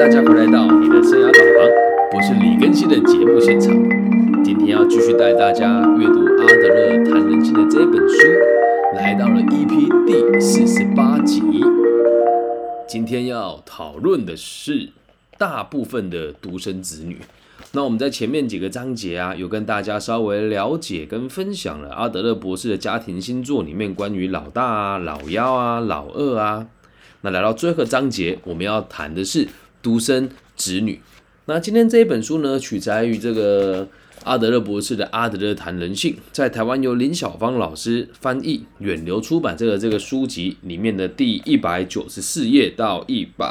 大家回来到你的生涯导航，我是李根熙的节目现场。今天要继续带大家阅读阿德勒谈人性的这本书，来到了 EP 第48集。今天要讨论的是大部分的独生子女。那我们在前面几个章节啊，有跟大家稍微了解跟分享了阿德勒博士的家庭星座里面关于老大啊、老幺啊、老二啊。那来到最后一个章节，我们要谈的是独生子女。那今天这一本书呢，取材于这个阿德勒博士的《阿德勒谈人性》，在台湾由林小芳老师翻译，远流出版这个书籍里面的第194页到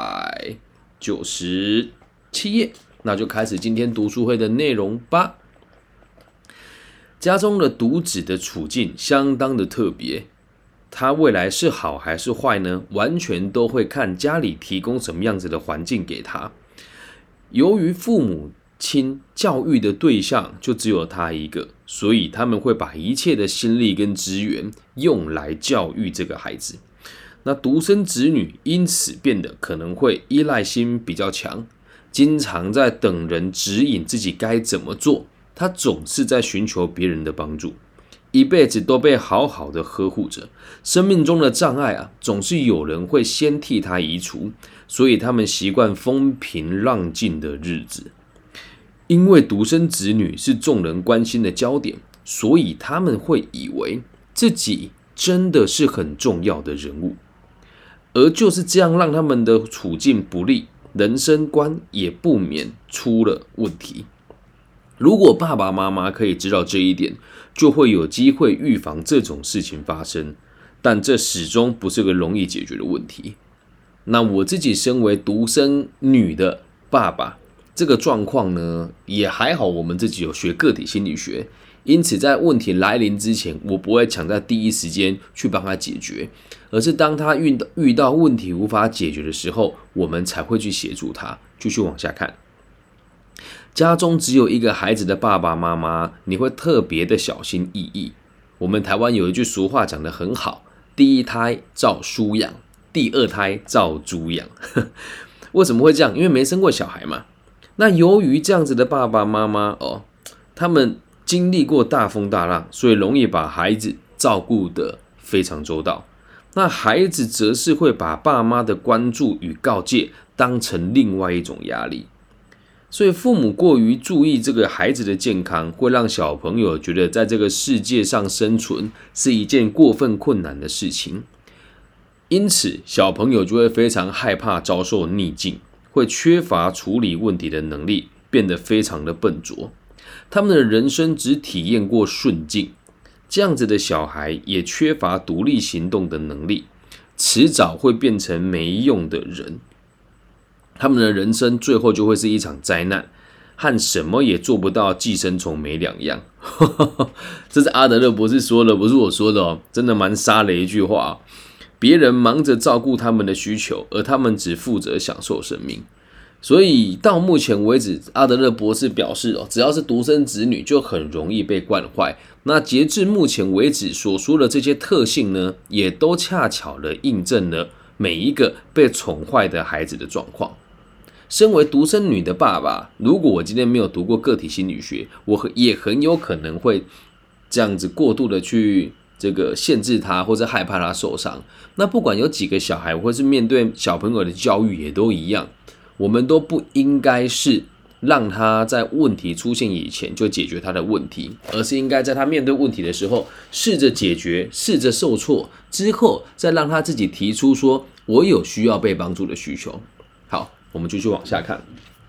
197页。那就开始今天读书会的内容吧。家中的独子的处境相当的特别，他未来是好还是坏呢？完全都会看家里提供什么样子的环境给他。由于父母亲教育的对象就只有他一个，所以他们会把一切的心力跟资源用来教育这个孩子。那独生子女因此变得可能会依赖心比较强，经常在等人指引自己该怎么做，他总是在寻求别人的帮助，一辈子都被好好的呵护着。生命中的障碍啊，总是有人会先替他移除，所以他们习惯风平浪静的日子。因为独生子女是众人关心的焦点，所以他们会以为自己真的是很重要的人物，而就是这样让他们的处境不利，人生观也不免出了问题。如果爸爸妈妈可以知道这一点，就会有机会预防这种事情发生，但这始终不是个容易解决的问题。那我自己身为独生女的爸爸，这个状况呢，也还好，我们自己有学个体心理学，因此在问题来临之前，我不会抢在第一时间去帮他解决，而是当他遇到问题无法解决的时候，我们才会去协助他。继续往下看，家中只有一个孩子的爸爸妈妈，你会特别的小心翼翼。我们台湾有一句俗话讲得很好，第一胎照书养，第二胎照猪养。为什么会这样？因为没生过小孩嘛。那由于这样子的爸爸妈妈他们经历过大风大浪，所以容易把孩子照顾得非常周到。那孩子则是会把爸妈的关注与告诫当成另外一种压力，所以父母过于注意这个孩子的健康，会让小朋友觉得在这个世界上生存是一件过分困难的事情，因此小朋友就会非常害怕遭受逆境，会缺乏处理问题的能力，变得非常的笨拙。他们的人生只体验过顺境，这样子的小孩也缺乏独立行动的能力，迟早会变成没用的人。他们的人生最后就会是一场灾难，和什么也做不到寄生虫没两样。这是阿德勒博士说的，不是我说的哦，真的蛮杀的一句话。别人忙着照顾他们的需求，而他们只负责享受生命。所以到目前为止，阿德勒博士表示只要是独生子女就很容易被惯坏。那截至目前为止所说的这些特性呢，也都恰巧的印证了每一个被宠坏的孩子的状况。身为独生女的爸爸，如果我今天没有读过个体心理学，我也很有可能会这样子过度的去限制他，或者害怕他受伤。那不管有几个小孩，或是面对小朋友的教育也都一样，我们都不应该是让他在问题出现以前就解决他的问题，而是应该在他面对问题的时候试着解决，试着受挫之后，再让他自己提出说我有需要被帮助的需求。好，我们继续往下看。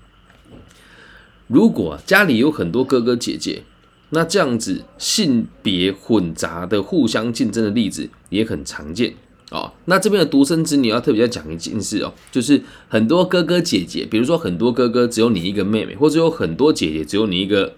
如果家里有很多哥哥姐姐，那这样子性别混杂的互相竞争的例子也很常见。那这边的独生子女要特别再讲一件事就是很多哥哥姐姐，比如说很多哥哥只有你一个妹妹，或者有很多姐姐只有你一个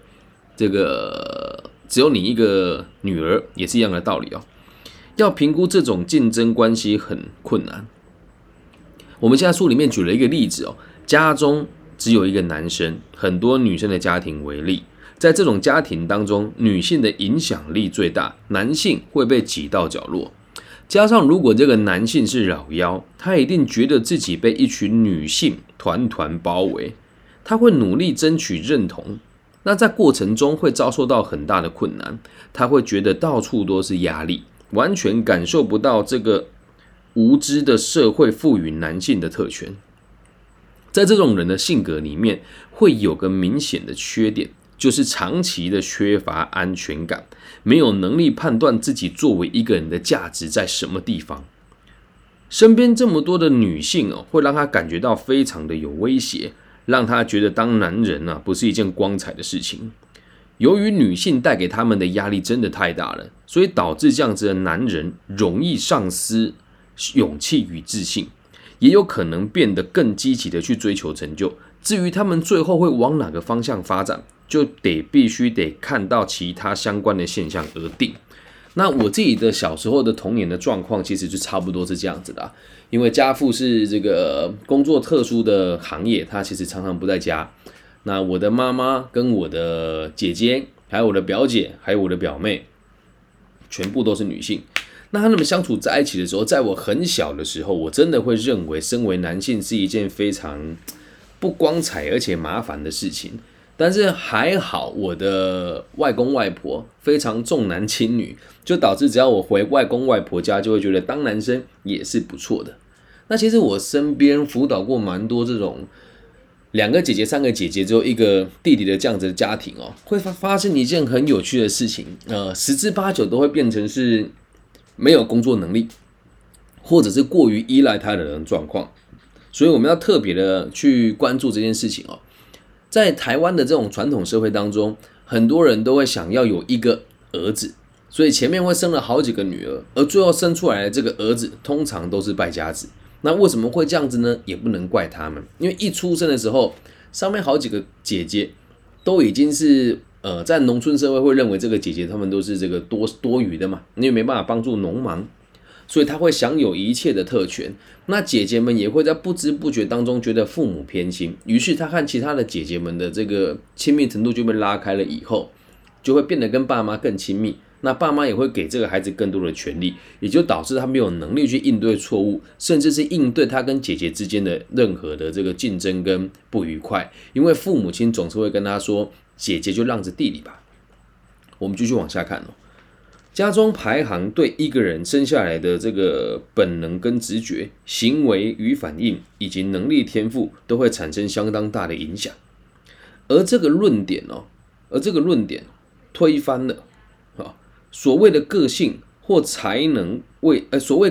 女儿，也是一样的道理要评估这种竞争关系很困难。我们现在书里面举了一个例子家中只有一个男生，很多女生的家庭为例，在这种家庭当中，女性的影响力最大，男性会被挤到角落。 加上如果这个男性是老幺，他一定觉得自己被一群女性团团包围，他会努力争取认同。那在过程中会遭受到很大的困难，他会觉得到处都是压力，完全感受不到这个无知的社会赋予男性的特权。在这种人的性格里面，会有个明显的缺点，就是长期的缺乏安全感，没有能力判断自己作为一个人的价值在什么地方。身边这么多的女性会让他感觉到非常的有威胁，让他觉得当男人不是一件光彩的事情。由于女性带给他们的压力真的太大了，所以导致这样子的男人容易丧失勇气与自信，也有可能变得更积极的去追求成就。至于他们最后会往哪个方向发展，就必须得看到其他相关的现象而定。那我自己的小时候的童年的状况，其实就差不多是这样子的因为家父是这个工作特殊的行业，他其实常常不在家。那我的妈妈跟我的姐姐，还有我的表姐，还有我的表妹，全部都是女性。那他们相处在一起的时候，在我很小的时候，我真的会认为身为男性是一件非常不光彩而且麻烦的事情。但是还好，我的外公外婆非常重男轻女，就导致只要我回外公外婆家，就会觉得当男生也是不错的。那其实我身边辅导过蛮多这种2个姐姐、3个姐姐只有1个弟弟的这样子的家庭会发生一件很有趣的事情，10之8九都会变成是没有工作能力，或者是过于依赖他人的状况。所以我们要特别的去关注这件事情在台湾的这种传统社会当中，很多人都会想要有一个儿子，所以前面会生了好几个女儿，而最后生出来的这个儿子通常都是败家子。那为什么会这样子呢？也不能怪他们，因为一出生的时候，上面好几个姐姐都已经是在农村社会会认为这个姐姐她们都是这个多余的嘛，因为没办法帮助农忙，所以她会享有一切的特权。那姐姐们也会在不知不觉当中觉得父母偏心，于是她和其他的姐姐们的这个亲密程度就被拉开了，以后就会变得跟爸妈更亲密。那爸妈也会给这个孩子更多的权利，也就导致他没有能力去应对错误，甚至是应对他跟姐姐之间的任何的这个竞争跟不愉快，因为父母亲总是会跟他说：“姐姐就让着弟弟吧。”我们继续往下看家中排行对一个人生下来的这个本能跟直觉、行为与反应以及能力天赋都会产生相当大的影响，而这个论点推翻了所谓的个性或才能为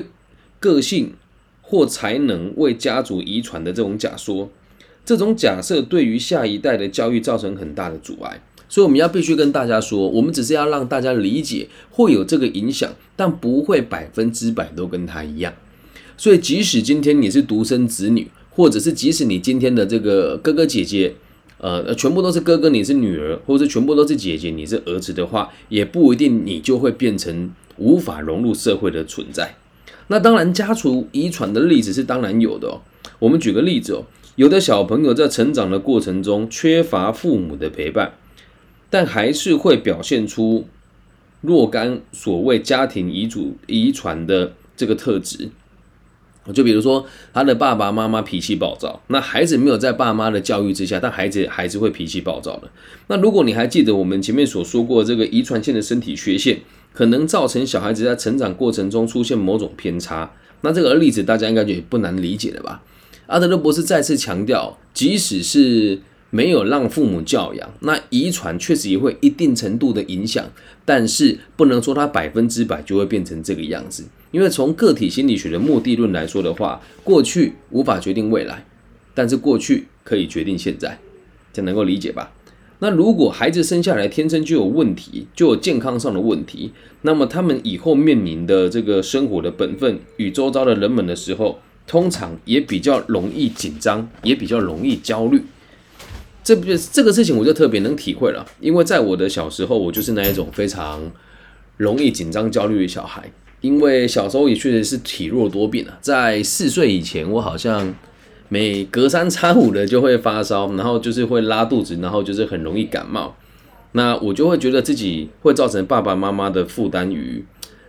家族遗传的这种假说，这种假设对于下一代的教育造成很大的阻碍。所以我们要必须跟大家说，我们只是要让大家理解会有这个影响，但不会100%都跟他一样。所以即使今天你是独生子女，或者是即使你今天的这个哥哥姐姐全部都是哥哥，你是女儿，或者全部都是姐姐，你是儿子的话，也不一定你就会变成无法融入社会的存在。那当然，家族遗传的例子是当然有的我们举个例子有的小朋友在成长的过程中缺乏父母的陪伴，但还是会表现出若干所谓家庭遗传的这个特质。就比如说他的爸爸妈妈脾气暴躁，那孩子没有在爸妈的教育之下，但孩子还是会脾气暴躁的。那如果你还记得我们前面所说过这个遗传性的身体缺陷可能造成小孩子在成长过程中出现某种偏差，那这个例子大家应该也不难理解了吧。阿德勒博士再次强调，即使是没有让父母教养，那遗传确实也会一定程度的影响，但是不能说它100%就会变成这个样子。因为从个体心理学的目的论来说的话，过去无法决定未来，但是过去可以决定现在，这能够理解吧？那如果孩子生下来天生就有问题，就有健康上的问题，那么他们以后面临的这个生活的本分与周遭的人们的时候，通常也比较容易紧张，也比较容易焦虑。这个事情我就特别能体会了，因为在我的小时候，我就是那一种非常容易紧张焦虑的小孩。因为小时候也确实是体弱多病在4岁以前，我好像每隔3差5的就会发烧，然后就是会拉肚子，然后就是很容易感冒。那我就会觉得自己会造成爸爸妈妈的负担与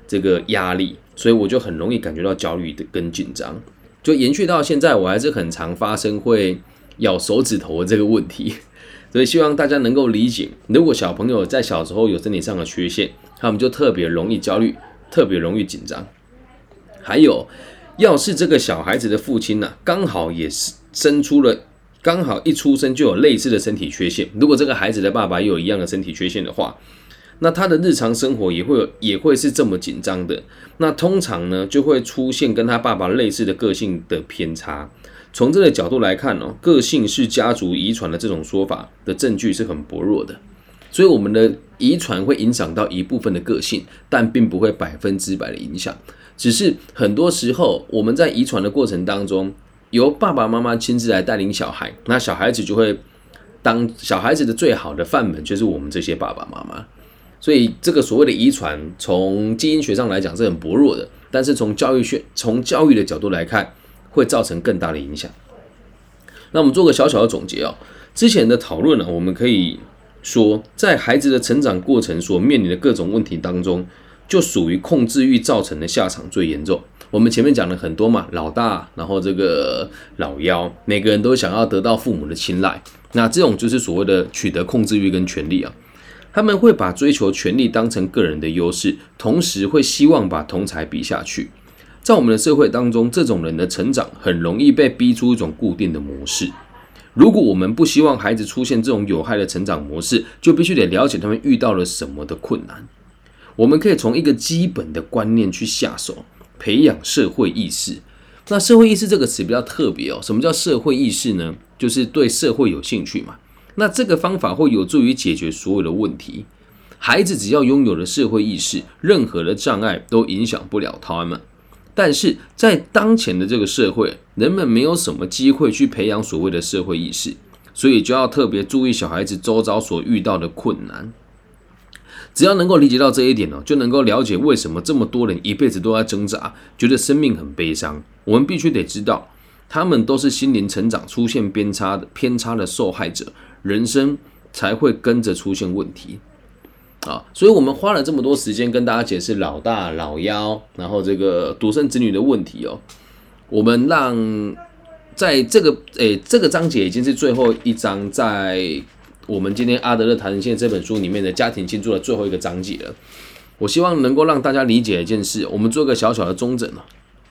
这个压力，所以我就很容易感觉到焦虑的跟紧张，就延续到现在，我还是很常发生会咬手指头的这个问题。所以希望大家能够理解，如果小朋友在小时候有身体上的缺陷，他们就特别容易焦虑，特别容易紧张。还有，要是这个小孩子的父亲呢，刚好也是刚好一出生就有类似的身体缺陷，如果这个孩子的爸爸也有一样的身体缺陷的话，那他的日常生活也会是这么紧张的。那通常呢，就会出现跟他爸爸类似的个性的偏差。从这个角度来看个性是家族遗传的这种说法的证据是很薄弱的。所以我们的遗传会影响到一部分的个性，但并不会100%的影响。只是很多时候我们在遗传的过程当中，由爸爸妈妈亲自来带领小孩，那小孩子就会当小孩子的最好的范本就是我们这些爸爸妈妈。所以这个所谓的遗传，从基因学上来讲是很薄弱的，但是从教育的角度来看，会造成更大的影响。那我们做个小小的总结之前的讨论我们可以说，在孩子的成长过程所面临的各种问题当中，就属于控制欲造成的下场最严重。我们前面讲了很多嘛，老大，然后这个老幺，每个人都想要得到父母的青睐，那这种就是所谓的取得控制欲跟权力他们会把追求权力当成个人的优势，同时会希望把同侪比下去。在我们的社会当中，这种人的成长很容易被逼出一种固定的模式。如果我们不希望孩子出现这种有害的成长模式，就必须得了解他们遇到了什么的困难。我们可以从一个基本的观念去下手，培养社会意识。那社会意识这个词比较特别什么叫社会意识呢？就是对社会有兴趣嘛。那这个方法会有助于解决所有的问题。孩子只要拥有了社会意识，任何的障碍都影响不了他们。但是在当前的这个社会，人们没有什么机会去培养所谓的社会意识，所以就要特别注意小孩子周遭所遇到的困难。只要能够理解到这一点就能够了解为什么这么多人一辈子都在挣扎，觉得生命很悲伤。我们必须得知道，他们都是心灵成长出现偏差的受害者，人生才会跟着出现问题。所以我们花了这么多时间跟大家解释老大、老幺，然后这个独生子女的问题我们让在这个章节已经是最后一章，在我们今天阿德勒谈人性这本书里面的家庭星座的最后一个章节了。我希望能够让大家理解一件事，我们做个小小的中整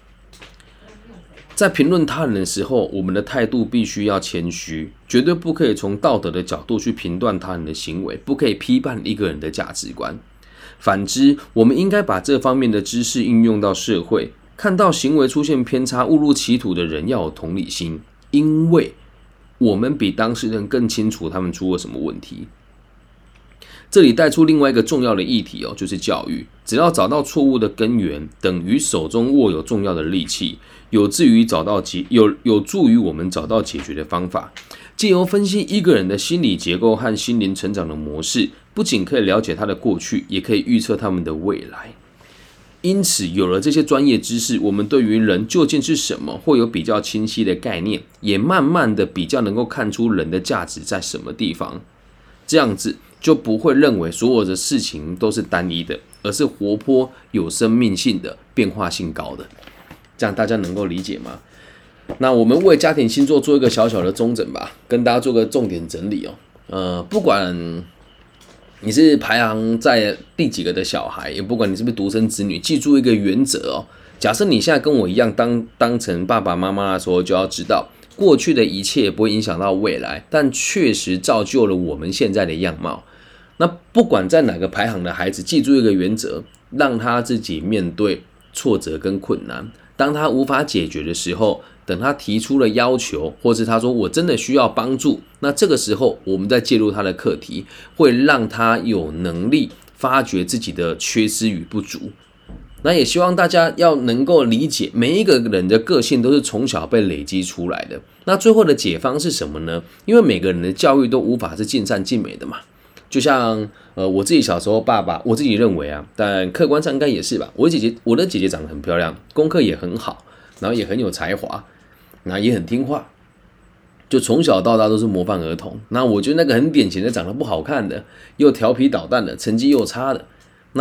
在评论他人的时候，我们的态度必须要谦虚，绝对不可以从道德的角度去评断他人的行为，不可以批判一个人的价值观。反之，我们应该把这方面的知识运用到社会，看到行为出现偏差、误入歧途的人要有同理心，因为我们比当事人更清楚他们出了什么问题。这里带出另外一个重要的议题就是教育。只要找到错误的根源，等于手中握有重要的利器，有助于我们找到解决的方法。借由分析一个人的心理结构和心灵成长的模式，不仅可以了解他的过去，也可以预测他们的未来。因此，有了这些专业知识，我们对于人究竟是什么会有比较清晰的概念，也慢慢的比较能够看出人的价值在什么地方。这样子就不会认为所有的事情都是单一的，而是活泼、有生命性的、变化性高的。这样大家能够理解吗？那我们为家庭星座做一个小小的中整吧，跟大家做个重点整理不管你是排行在第几个的小孩，也不管你是不是独生子女，记住一个原则假设你现在跟我一样当成爸爸妈妈的时候，就要知道过去的一切不会影响到未来，但确实造就了我们现在的样貌。那不管在哪个排行的孩子，记住一个原则，让他自己面对挫折跟困难。当他无法解决的时候，等他提出了要求，或是他说我真的需要帮助，那这个时候我们再介入他的课题，会让他有能力发掘自己的缺失与不足。那也希望大家要能够理解，每一个人的个性都是从小被累积出来的。那最后的解方是什么呢？因为每个人的教育都无法是尽善尽美的嘛。就像我自己小时候爸爸，我自己认为但客观上应该也是吧。我的姐姐长得很漂亮，功课也很好，然后也很有才华，然后也很听话，就从小到大都是模范儿童。那我觉得那个很典型的长得不好看的，又调皮捣蛋的，成绩又差的，那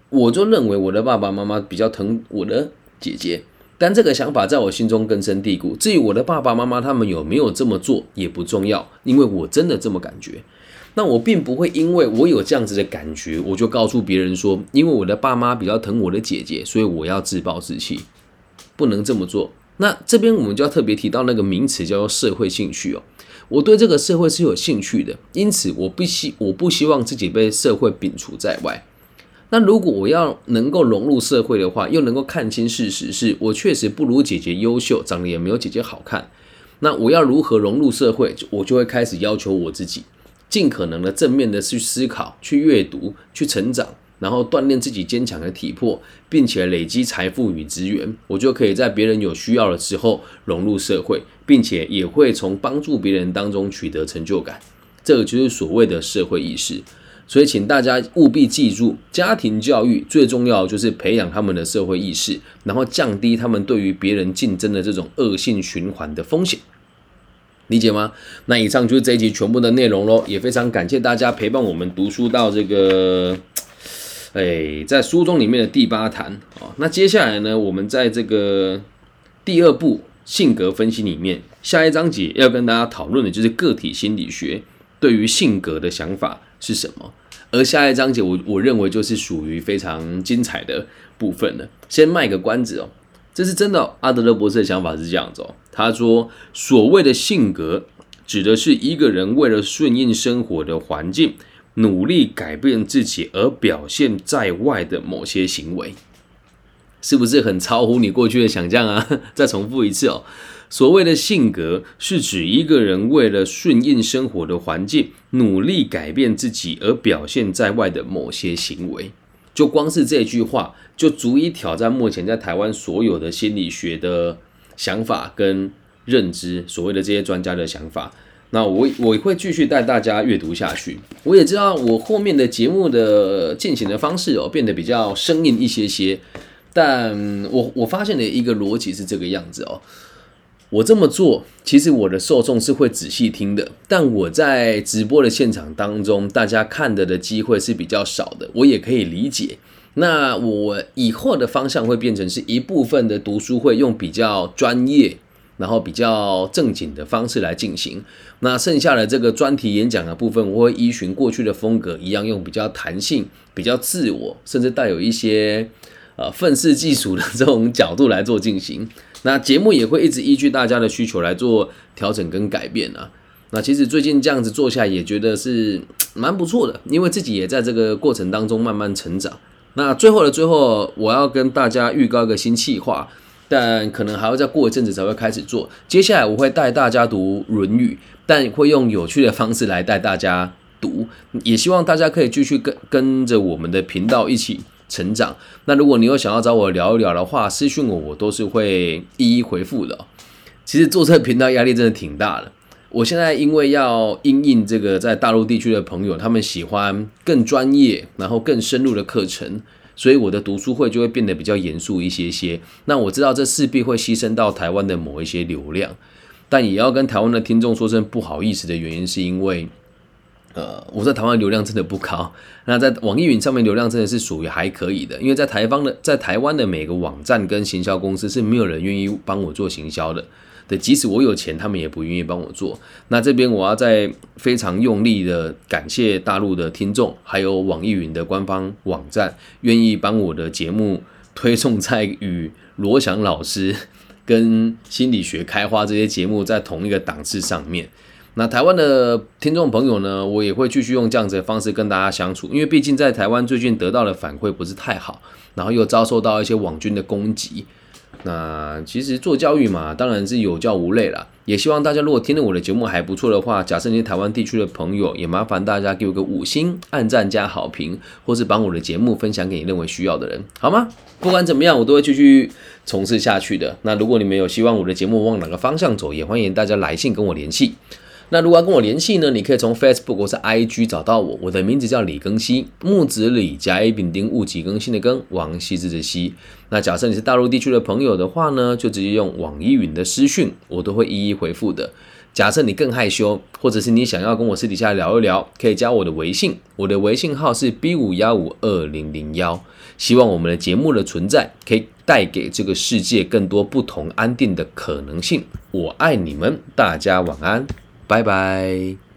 我就认为我的爸爸妈妈比较疼我的姐姐，但这个想法在我心中根深蒂固。至于我的爸爸妈妈他们有没有这么做也不重要，因为我真的这么感觉。那我并不会因为我有这样子的感觉，我就告诉别人说，因为我的爸妈比较疼我的姐姐，所以我要自暴自弃，不能这么做。那这边我们就要特别提到那个名词叫做社会兴趣哦。我对这个社会是有兴趣的，因此我不希望自己被社会摒除在外。那如果我要能够融入社会的话，又能够看清事实是我确实不如姐姐优秀，长得也没有姐姐好看，那我要如何融入社会，我就会开始要求我自己，尽可能的正面的去思考、去阅读、去成长，然后锻炼自己坚强的体魄，并且累积财富与资源，我就可以在别人有需要的时候融入社会，并且也会从帮助别人当中取得成就感。这个就是所谓的社会意识。所以请大家务必记住，家庭教育最重要的就是培养他们的社会意识，然后降低他们对于别人竞争的这种恶性循环的风险。理解吗？那以上就是这一集全部的内容咯，也非常感谢大家陪伴我们读书到这个在书中里面的第8谈。那接下来呢，我们在这个第2部性格分析里面，下一章节要跟大家讨论的就是个体心理学对于性格的想法是什么。而下一章节我认为就是属于非常精彩的部分了。先卖个关子哦，这是真的哦。阿德勒博士的想法是这样子哦，他说所谓的性格指的是一个人为了顺应生活的环境，努力改变自己而表现在外的某些行为。是不是很超乎你过去的想象啊？再重复一次哦，所谓的性格是指一个人为了顺应生活的环境，努力改变自己而表现在外的某些行为。就光是这句话，就足以挑战目前在台湾所有的心理学的想法跟认知，所谓的这些专家的想法。那我会继续带大家阅读下去。我也知道我后面的节目的进行的方式变得比较生硬一些。但我发现的一个逻辑是这个样子哦，我这么做，其实我的受众是会仔细听的，但我在直播的现场当中，大家看的机会是比较少的，我也可以理解。那我以后的方向会变成是一部分的读书会用比较专业，然后比较正经的方式来进行。那剩下的这个专题演讲的部分，我会依循过去的风格一样，用比较弹性、比较自我，甚至带有一些愤世嫉俗的这种角度来做进行。那节目也会一直依据大家的需求来做调整跟改变啊。那其实最近这样子做下来也觉得是蛮不错的，因为自己也在这个过程当中慢慢成长。那最后的最后，我要跟大家预告一个新企划，但可能还要再过一阵子才会开始做。接下来我会带大家读《论语》，但会用有趣的方式来带大家读，也希望大家可以继续跟着我们的频道一起成长。那如果你有想要找我聊一聊的话，私讯我都是会一一回复的。其实做这个频道压力真的挺大的。我现在因为要因应这个在大陆地区的朋友，他们喜欢更专业然后更深入的课程，所以我的读书会就会变得比较严肃一些。那我知道这势必会牺牲到台湾的某一些流量，但也要跟台湾的听众说声不好意思的原因是因为我在台湾流量真的不高，那在网易云上面流量真的是属于还可以的，因为在台湾的每个网站跟行销公司是没有人愿意帮我做行销的，即使我有钱，他们也不愿意帮我做。那这边我要再非常用力的感谢大陆的听众，还有网易云的官方网站，愿意帮我的节目推送在与罗翔老师跟心理学开花这些节目在同一个档次上面。那台湾的听众朋友呢，我也会继续用这样子的方式跟大家相处，因为毕竟在台湾最近得到的反馈不是太好，然后又遭受到一些网军的攻击。那其实做教育嘛，当然是有教无类啦。也希望大家如果听了我的节目还不错的话，假设你是台湾地区的朋友，也麻烦大家给我个5星按赞加好评，或是把我的节目分享给你认为需要的人，好吗？不管怎么样，我都会继续从事下去的。那如果你们有希望我的节目往哪个方向走，也欢迎大家来信跟我联系。那如果要跟我联系呢，你可以从 Facebook 或是 IG 找到我，我的名字叫李更新，木子李甲乙丙丁戊己更新的更，王羲之的羲。那假设你是大陆地区的朋友的话呢，就直接用网易云的私讯，我都会一一回复的。 假设你更害羞，或者是你想要跟我私底下聊一聊，可以加我的微信，我的微信号是 B5152001。希望我们的节目的存在，可以带给这个世界更多不同安定的可能性。我爱你们，大家晚安，拜拜。